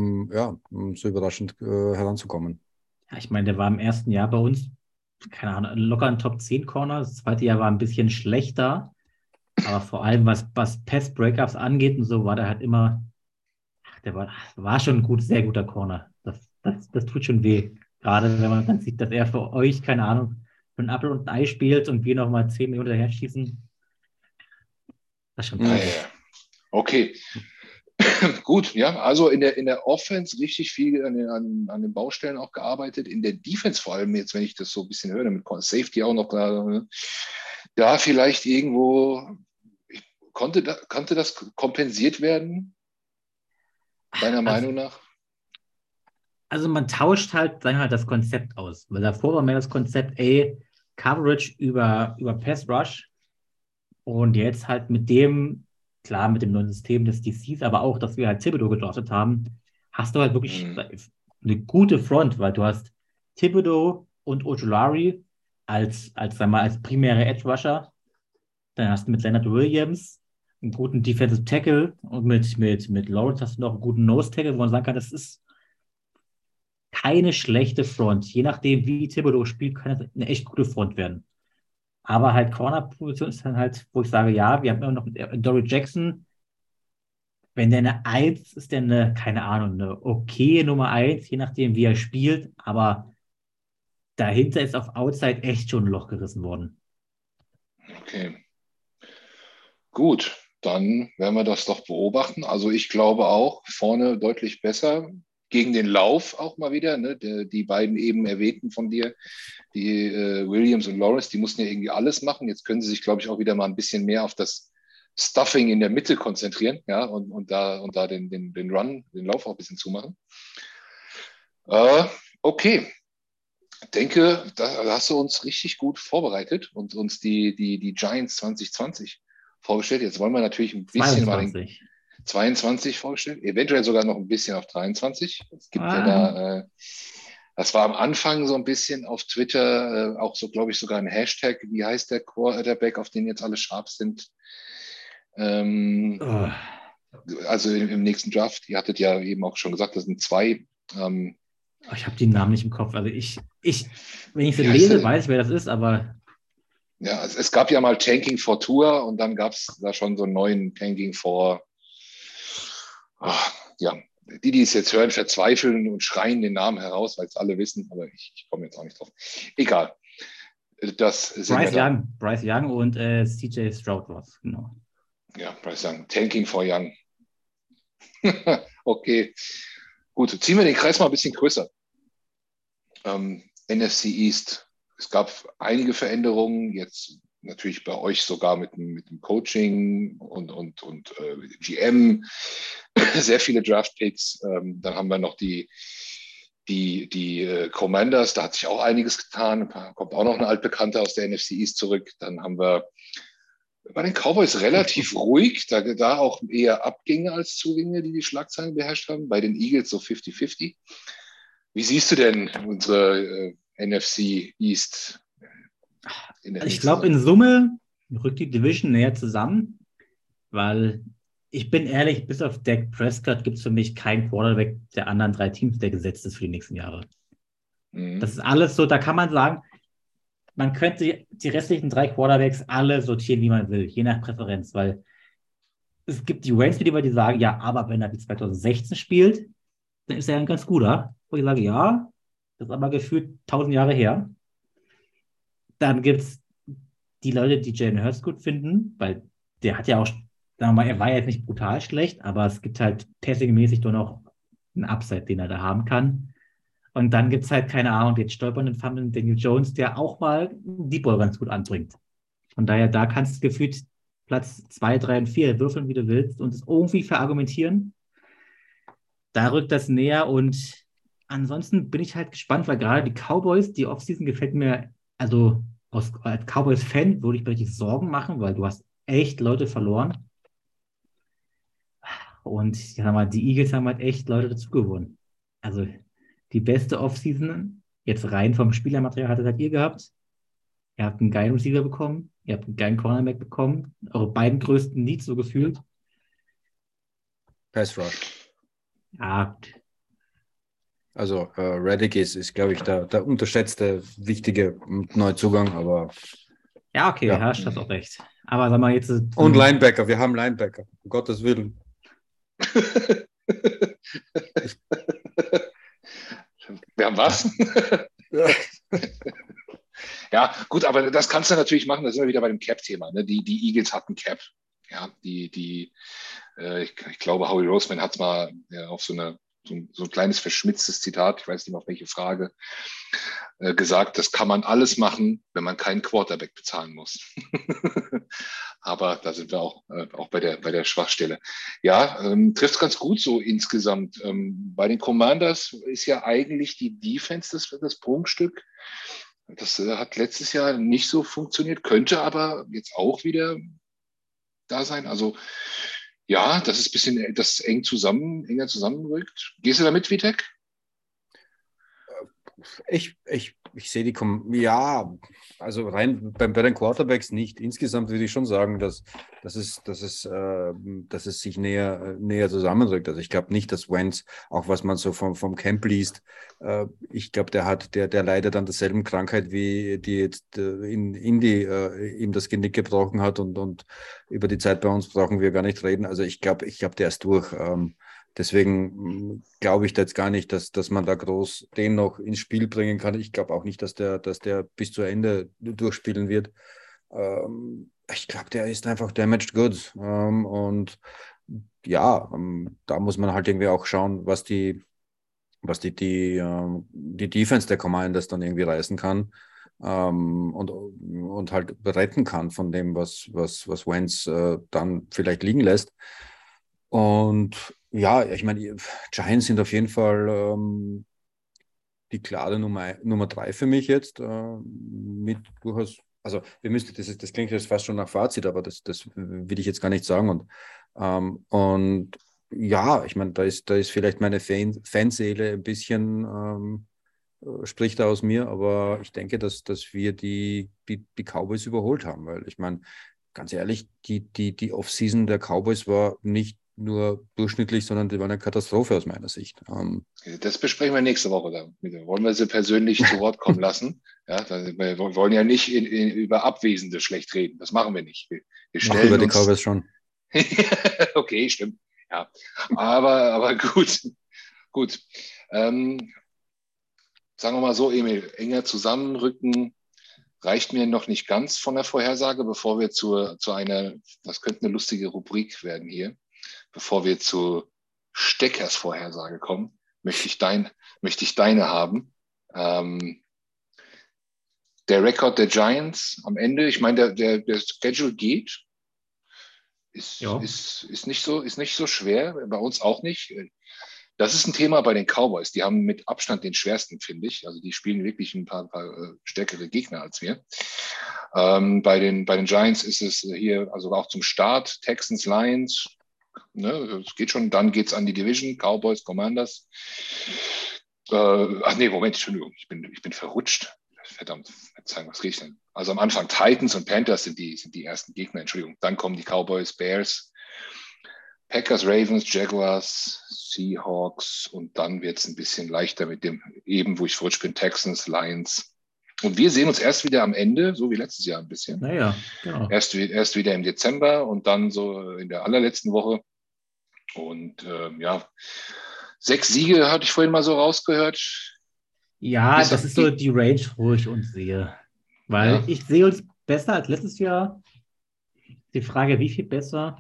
so überraschend heranzukommen. Ja, ich meine, der war im ersten Jahr bei uns, keine Ahnung, locker ein Top 10 Corner. Das zweite Jahr war ein bisschen schlechter. Aber vor allem, was Pass-Breakups angeht und so, war der halt immer, der war schon ein sehr guter Corner. Das tut schon weh. Gerade wenn man dann sieht, dass er für euch, keine Ahnung, für ein Apfel und ein Ei spielt und wir nochmal 10 Millionen daher schießen. Das ist schon toll. Ja. Okay. Gut, ja, also in der Offense richtig viel an den Baustellen auch gearbeitet. In der Defense vor allem jetzt, wenn ich das so ein bisschen höre, mit Safety auch noch da vielleicht irgendwo konnte das kompensiert werden, deiner Meinung nach? Also man tauscht halt, sagen wir halt, das Konzept aus. Weil davor war mehr das Konzept, Coverage über Pass Rush. Und jetzt halt mit dem neuen System des DCs, aber auch, dass wir halt Thibodeau gedraftet haben, hast du halt wirklich eine gute Front, weil du hast Thibodeau und Ojulari als primäre Edge Rusher. Dann hast du mit Leonard Williams einen guten Defensive Tackle und mit Lawrence hast du noch einen guten Nose Tackle, wo man sagen kann, das ist keine schlechte Front. Je nachdem, wie Thibodeau spielt, kann das eine echt gute Front werden. Aber halt Corner-Position ist dann halt, wo ich sage, ja, wir haben immer noch Dory Jackson. Wenn der eine Eins ist, der eine, keine Ahnung, eine okay Nummer 1, je nachdem, wie er spielt. Aber dahinter ist auf Outside echt schon ein Loch gerissen worden. Okay, gut. Dann werden wir das doch beobachten. Also ich glaube auch, vorne deutlich besser. Gegen den Lauf auch mal wieder. Ne? Die beiden eben erwähnten von dir, die Williams und Lawrence, die mussten ja irgendwie alles machen. Jetzt können sie sich, glaube ich, auch wieder mal ein bisschen mehr auf das Stuffing in der Mitte konzentrieren, ja, und da den Run, den Lauf auch ein bisschen zumachen. Okay, denke, da hast du uns richtig gut vorbereitet und uns die Giants 2020 vorgestellt. Jetzt wollen wir natürlich ein bisschen mal den 22. 22 vorgestellt, eventuell sogar noch ein bisschen auf 23. Es gibt ja Ah, da, das war am Anfang so ein bisschen auf Twitter, auch so, glaube ich, sogar ein Hashtag, wie heißt der Quarterback, auf den jetzt alle scharf sind? oh. Also im nächsten Draft, ihr hattet ja eben auch schon gesagt, das sind zwei. Ich habe die Namen nicht im Kopf. Also wenn ich sie Wie heißt der lese, denn? weiß ich, wer das ist, aber Ja, es gab ja mal Tanking for Tour und dann gab es da schon so einen neuen Tanking for. Ja, die es jetzt hören, verzweifeln und schreien den Namen heraus, weil es alle wissen, aber ich komme jetzt auch nicht drauf. Egal, das sehen wir dann. Bryce Young und CJ Stroud was, genau. Ja, Bryce Young, Tanking for Young. Okay, gut, ziehen wir den Kreis mal ein bisschen größer. NFC East. Es gab einige Veränderungen, jetzt natürlich bei euch sogar mit dem Coaching und GM, sehr viele Draft-Picks. Dann haben wir noch die Commanders, da hat sich auch einiges getan. Kommt auch noch eine altbekannte aus der NFC East zurück. Dann haben wir bei den Cowboys relativ ruhig, da auch eher Abgänge als Zugänge, die Schlagzeilen beherrscht haben. Bei den Eagles so 50-50. Wie siehst du denn unsere NFC East in der Also ich nächsten glaube, in Saison? Summe rückt die Division näher zusammen, weil ich bin ehrlich, bis auf Dak Prescott gibt es für mich keinen Quarterback der anderen drei Teams, der gesetzt ist für die nächsten Jahre. Das Mhm. ist alles so, da kann man sagen, man könnte die restlichen drei Quarterbacks alle sortieren, wie man will, je nach Präferenz, weil es gibt die Rams-Belieber, die sagen, ja, aber wenn er wie 2016 spielt, dann ist er ein ganz guter. Wo ich sage, ja, das ist aber gefühlt 1000 Jahre her. Dann gibt es die Leute, die Jalen Hurts gut finden, weil der hat ja auch, sagen wir mal, er war jetzt nicht brutal schlecht, aber es gibt halt passing-mäßig doch noch einen Upside, den er da haben kann. Und dann gibt es halt, keine Ahnung, den stolpernden Fummeln Daniel Jones, der auch mal einen Deep Ball ganz gut anbringt. Von daher, da kannst du gefühlt Platz 2, 3 und 4 würfeln, wie du willst und es irgendwie verargumentieren. Da rückt das näher und ansonsten bin ich halt gespannt, weil gerade die Cowboys, die Offseason gefällt mir, also als Cowboys-Fan würde ich mir richtig Sorgen machen, weil du hast echt Leute verloren. Und ich sag mal, die Eagles haben halt echt Leute dazu gewonnen. Also die beste Offseason, jetzt rein vom Spielermaterial, hattet halt ihr gehabt. Ihr habt einen geilen Receiver bekommen, ihr habt einen geilen Cornerback bekommen, eure beiden größten Needs so gefühlt. Pass Rush. Ja, Also Reddick ist glaube ich, der unterschätzte, wichtige Neuzugang, aber ja, okay, ja. hast auch recht. Aber sag mal, jetzt Und Linebacker, wir haben Linebacker, um Gottes Willen. Wir haben was? Ja. Ja, gut, aber das kannst du natürlich machen. Da sind wir wieder bei dem Cap-Thema. Ne? Die Eagles hatten Cap. Ja, ich glaube, Howie Roseman hat es mal auf so ein kleines verschmitztes Zitat, ich weiß nicht mehr auf welche Frage, gesagt, das kann man alles machen, wenn man keinen Quarterback bezahlen muss. Aber da sind wir auch bei der Schwachstelle. Ja, trifft ganz gut so insgesamt. Bei den Commanders ist ja eigentlich die Defense das Prunkstück. Das hat letztes Jahr nicht so funktioniert, könnte aber jetzt auch wieder da sein. Also ja, das ist ein bisschen das enger zusammenrückt. Gehst du da mit, Vitek? Ich Ich sehe ja, also rein bei den Quarterbacks nicht. Insgesamt würde ich schon sagen, dass es sich näher zusammenrückt. Also ich glaube nicht, dass Wentz, auch was man so vom Camp liest, ich glaube, der leidet an derselben Krankheit, wie die jetzt in Indy ihm das Genick gebrochen hat und über die Zeit bei uns brauchen wir gar nicht reden. Also ich glaube, der ist durch. Deswegen glaube ich da jetzt gar nicht, dass man da groß den noch ins Spiel bringen kann. Ich glaube auch nicht, dass der bis zu Ende durchspielen wird. Ich glaube, der ist einfach damaged goods. Und ja, da muss man halt irgendwie auch schauen, was die Defense der Commanders dann irgendwie reißen kann. Und halt retten kann von dem, was Wentz dann vielleicht liegen lässt. Und ja, ich meine, Giants sind auf jeden Fall die klare Nummer 3 für mich jetzt. Mit durchaus, also das klingt jetzt fast schon nach Fazit, aber das will ich jetzt gar nicht sagen. Und ja, ich meine, da ist vielleicht meine Fanseele ein bisschen spricht da aus mir, aber ich denke, dass wir die Cowboys überholt haben, weil ich meine, ganz ehrlich, die Offseason der Cowboys war nicht nur durchschnittlich, sondern die war eine Katastrophe aus meiner Sicht. Das besprechen wir nächste Woche. Da wollen wir sie persönlich zu Wort kommen lassen. Ja, wir wollen ja nicht über Abwesende schlecht reden. Das machen wir nicht. Wir stellen über die uns. Cowboys schon. Okay, stimmt. Ja, aber gut. Sagen wir mal so, Emil, enger zusammenrücken reicht mir noch nicht ganz von der Vorhersage, bevor wir zu einer, das könnte eine lustige Rubrik werden hier, bevor wir zu Steckers Vorhersage kommen, möchte ich deine haben. Der Rekord der Giants am Ende, ich meine, der Schedule geht, ist nicht so schwer, bei uns auch nicht. Das ist ein Thema bei den Cowboys. Die haben mit Abstand den schwersten, finde ich. Also die spielen wirklich ein paar stärkere Gegner als wir. Bei den Giants ist es hier, also auch zum Start, Texans, Lions, ne, es geht schon, dann geht es an die Division, Cowboys, Commanders. Moment, Entschuldigung, ich bin verrutscht. Verdammt, zeigen, was riecht denn? Also am Anfang Titans und Panthers sind die ersten Gegner, Entschuldigung. Dann kommen die Cowboys, Bears, Packers, Ravens, Jaguars, Seahawks und dann wird es ein bisschen leichter mit dem eben, wo ich verrutscht bin, Texans, Lions. Und wir sehen uns erst wieder am Ende, so wie letztes Jahr ein bisschen. Naja, genau. Erst wieder im Dezember und dann so in der allerletzten Woche. Und 6 Siege hatte ich vorhin mal so rausgehört. Ja, das ist so die Range, wo ich uns sehe. Weil ich sehe uns besser als letztes Jahr. Die Frage, wie viel besser?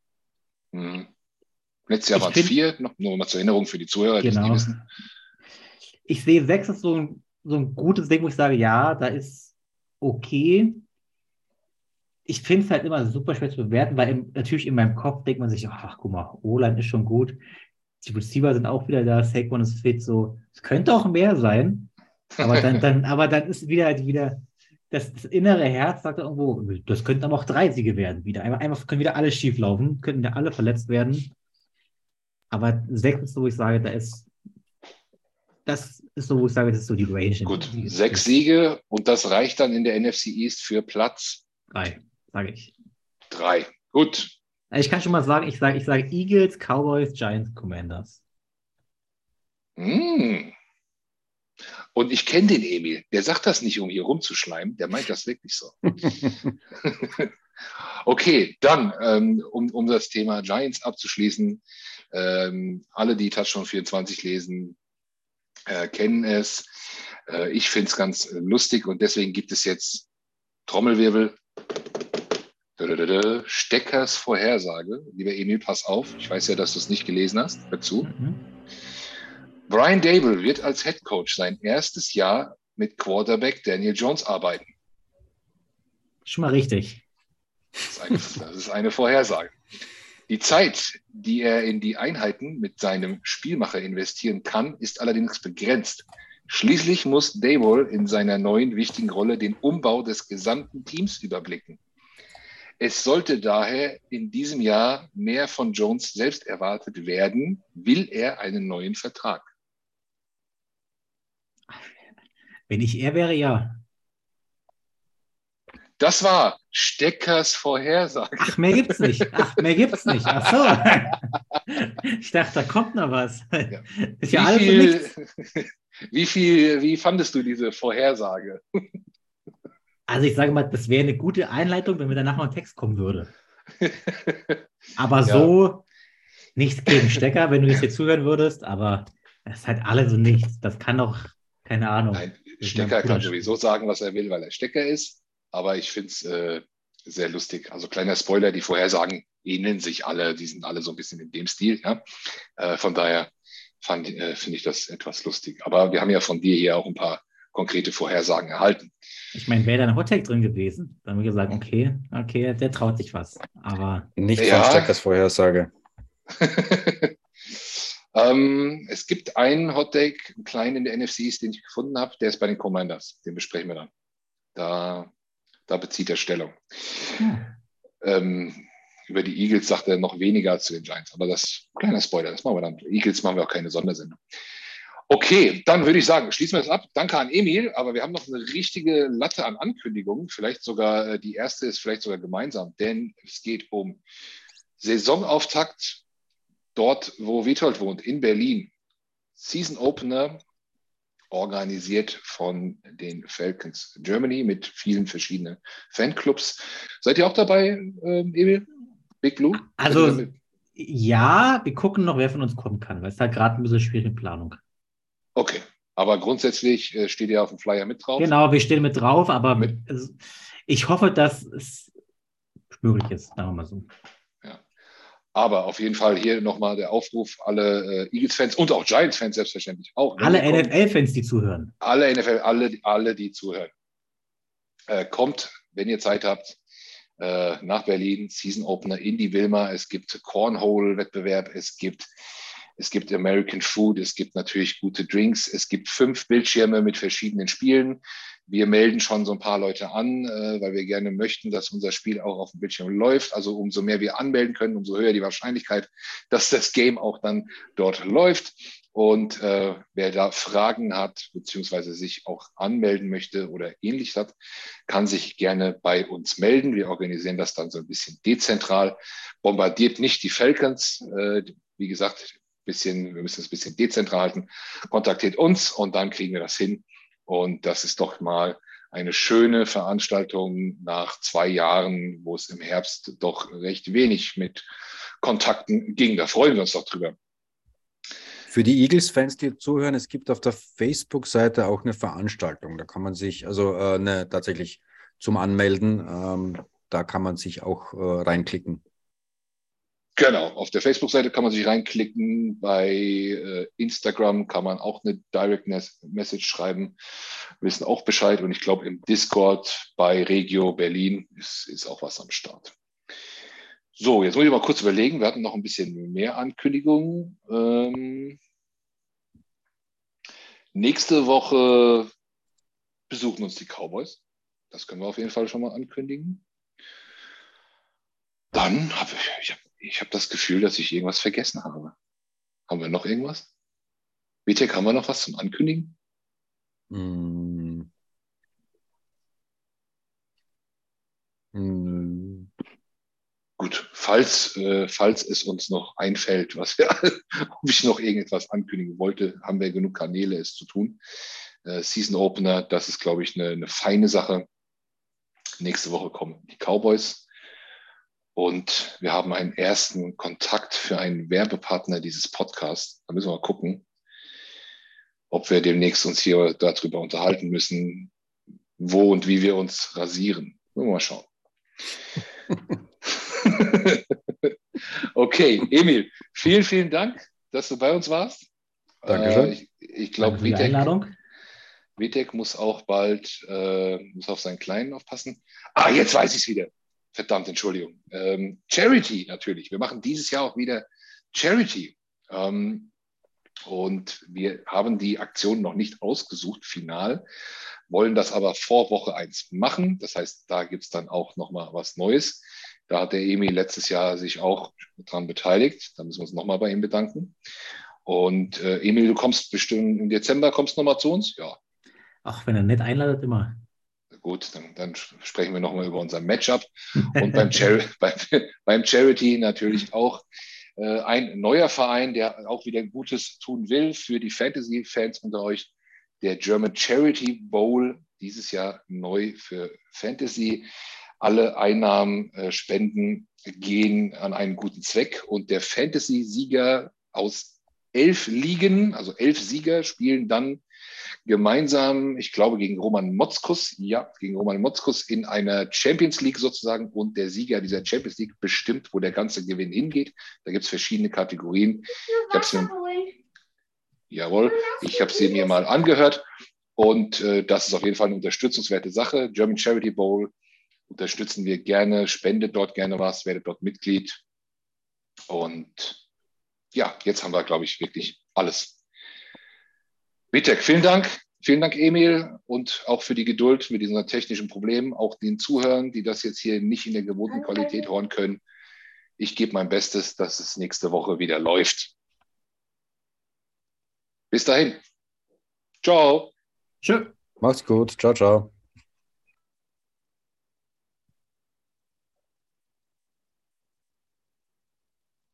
Letztes Jahr waren es 4, nur mal zur Erinnerung für die Zuhörer, die es nicht wissen. Ich sehe 6 ist so ein gutes Ding, wo ich sage, ja, da ist okay. Ich finde es halt immer super schwer zu bewerten, weil natürlich in meinem Kopf denkt man sich, ach, guck mal, O-Line ist schon gut. Die Receiver sind auch wieder da, Saquon ist fit, so. Es könnte auch mehr sein, aber dann ist wieder das innere Herz sagt irgendwo, das könnten aber auch 3 Siege werden wieder. Einmal können wieder alle schief laufen, könnten ja alle verletzt werden. Aber 6 ist so, wo ich sage, das ist so, wo ich sage, das ist so die Range. Gut, 6 Siege und das reicht dann in der NFC East für Platz 3, sage ich. 3, gut. Ich kann schon mal sagen, ich sage Eagles, Cowboys, Giants, Commanders. Und ich kenne den Emil. Der sagt das nicht, um hier rumzuschleimen. Der meint das wirklich so. Okay, dann, um das Thema Giants abzuschließen. Alle, die Touchdown 24 lesen, kennen es. Ich finde es ganz lustig und deswegen gibt es jetzt Trommelwirbel. Steckers Vorhersage. Lieber Emil, pass auf. Ich weiß ja, dass du es nicht gelesen hast. Hör zu. Brian Daboll wird als Head Coach sein erstes Jahr mit Quarterback Daniel Jones arbeiten. Schon mal richtig. Das ist eine Vorhersage. Die Zeit, die er in die Einheiten mit seinem Spielmacher investieren kann, ist allerdings begrenzt. Schließlich muss Daboll in seiner neuen wichtigen Rolle den Umbau des gesamten Teams überblicken. Es sollte daher in diesem Jahr mehr von Jones selbst erwartet werden, will er einen neuen Vertrag. Wenn ich er wäre, ja. Das war Steckers Vorhersage. Ach, mehr gibt's nicht. Ach so. Ich dachte, da kommt noch was. Ja. Ist ja alles und nichts. Wie fandest du diese Vorhersage? Also ich sage mal, das wäre eine gute Einleitung, wenn mir danach noch ein Text kommen würde. Aber so nichts gegen Stecker, wenn du jetzt hier zuhören würdest, aber das ist halt alles und nichts. Das kann doch, keine Ahnung. Ein Stecker kann sowieso sagen, was er will, weil er Stecker ist. Aber ich finde es sehr lustig. Also kleiner Spoiler, die Vorhersagen ähneln sich alle, die sind alle so ein bisschen in dem Stil. Ja? Von daher finde ich das etwas lustig. Aber wir haben ja von dir hier auch ein paar konkrete Vorhersagen erhalten. Ich meine, wäre da ein Hottag drin gewesen, dann haben wir gesagt, okay, der traut sich was. Aber nicht von Steckers Vorhersage. Es gibt einen Hottake, einen kleinen in der NFCs, den ich gefunden habe, der ist bei den Commanders. Den besprechen wir dann. Da bezieht er Stellung. Über die Eagles sagt er noch weniger als zu den Giants, aber das kleiner Spoiler, das machen wir dann. Eagles machen wir auch keine Sondersendung. Okay, dann würde ich sagen, schließen wir das ab. Danke an Emil, aber wir haben noch eine richtige Latte an Ankündigungen. Vielleicht sogar, die erste ist vielleicht sogar gemeinsam, denn es geht um Saisonauftakt dort, wo Witold wohnt, in Berlin. Season Opener, organisiert von den Falcons Germany mit vielen verschiedenen Fanclubs. Seid ihr auch dabei, Emil? Big Blue? Also, ja, wir gucken noch, wer von uns kommen kann, weil es halt gerade ein bisschen schwierige Planung. Okay, aber grundsätzlich steht ihr auf dem Flyer mit drauf? Genau, wir stehen mit drauf, aber ich hoffe, dass es möglich ist, sagen wir mal so. Ja. Aber auf jeden Fall hier nochmal der Aufruf, alle Eagles-Fans und auch Giants-Fans selbstverständlich auch. Alle NFL-Fans, die zuhören. Alle NFL, alle, die zuhören. Kommt, wenn ihr Zeit habt, nach Berlin, Season Opener in die Wilma. Es gibt Cornhole-Wettbewerb, es gibt American Food, es gibt natürlich gute Drinks, es gibt 5 Bildschirme mit verschiedenen Spielen. Wir melden schon so ein paar Leute an, weil wir gerne möchten, dass unser Spiel auch auf dem Bildschirm läuft. Also umso mehr wir anmelden können, umso höher die Wahrscheinlichkeit, dass das Game auch dann dort läuft. Und wer da Fragen hat, beziehungsweise sich auch anmelden möchte oder ähnliches hat, kann sich gerne bei uns melden. Wir organisieren das dann so ein bisschen dezentral. Bombardiert nicht die Falcons. Wie gesagt, wir müssen es ein bisschen dezentral halten. Kontaktiert uns und dann kriegen wir das hin. Und das ist doch mal eine schöne Veranstaltung nach 2 Jahren, wo es im Herbst doch recht wenig mit Kontakten ging. Da freuen wir uns doch drüber. Für die Eagles-Fans, die zuhören, es gibt auf der Facebook-Seite auch eine Veranstaltung. Da kann man sich, tatsächlich zum Anmelden, da kann man sich auch reinklicken. Genau, auf der Facebook-Seite kann man sich reinklicken. Bei Instagram kann man auch eine Direct Message schreiben. Wir wissen auch Bescheid. Und ich glaube, im Discord bei Regio Berlin ist auch was am Start. So, jetzt muss ich mal kurz überlegen. Wir hatten noch ein bisschen mehr Ankündigungen. Nächste Woche besuchen uns die Cowboys. Das können wir auf jeden Fall schon mal ankündigen. Dann habe ich habe das Gefühl, dass ich irgendwas vergessen habe. Haben wir noch irgendwas? Vitek, haben wir noch was zum Ankündigen? Gut, falls es uns noch einfällt, ob ich noch irgendetwas ankündigen wollte, haben wir genug Kanäle, es zu tun. Season Opener, das ist, glaube ich, eine feine Sache. Nächste Woche kommen die Cowboys. Und wir haben einen ersten Kontakt für einen Werbepartner dieses Podcasts. Da müssen wir mal gucken, ob wir demnächst uns hier darüber unterhalten müssen, wo und wie wir uns rasieren. Mal schauen. Okay, Emil, vielen, vielen Dank, dass du bei uns warst. Dankeschön. Ich glaube, Vitek muss auch bald muss auf seinen Kleinen aufpassen. Jetzt weiß ich es wieder. Verdammt, Entschuldigung. Charity natürlich. Wir machen dieses Jahr auch wieder Charity. Und wir haben die Aktion noch nicht ausgesucht, final, wollen das aber vor Woche 1 machen. Das heißt, da gibt es dann auch nochmal was Neues. Da hat der Emil letztes Jahr sich auch dran beteiligt. Da müssen wir uns nochmal bei ihm bedanken. Und Emil, du kommst bestimmt im Dezember, kommst nochmal zu uns? Ja. Ach, wenn er nett einladet, immer. Gut, dann sprechen wir nochmal über unser Matchup. Und beim Charity natürlich auch ein neuer Verein, der auch wieder Gutes tun will für die Fantasy-Fans unter euch. Der German Charity Bowl, dieses Jahr neu für Fantasy. Alle Einnahmen, Spenden gehen an einen guten Zweck. Und der Fantasy-Sieger aus 11 Ligen, also 11 Sieger, spielen dann gemeinsam, ich glaube, gegen Roman Motzkus, in einer Champions League sozusagen. Und der Sieger dieser Champions League bestimmt, wo der ganze Gewinn hingeht. Da gibt es verschiedene Kategorien. Ich habe sie mir mal angehört. Und das ist auf jeden Fall eine unterstützungswerte Sache. German Charity Bowl unterstützen wir gerne, spendet dort gerne was, werdet dort Mitglied. Und ja, jetzt haben wir, glaube ich, wirklich alles. Vitek, vielen Dank. Vielen Dank, Emil, und auch für die Geduld mit diesen technischen Problemen, auch den Zuhörern, die das jetzt hier nicht in der gewohnten Qualität hören können. Ich gebe mein Bestes, dass es nächste Woche wieder läuft. Bis dahin. Ciao. Tschö. Macht's gut. Ciao, ciao.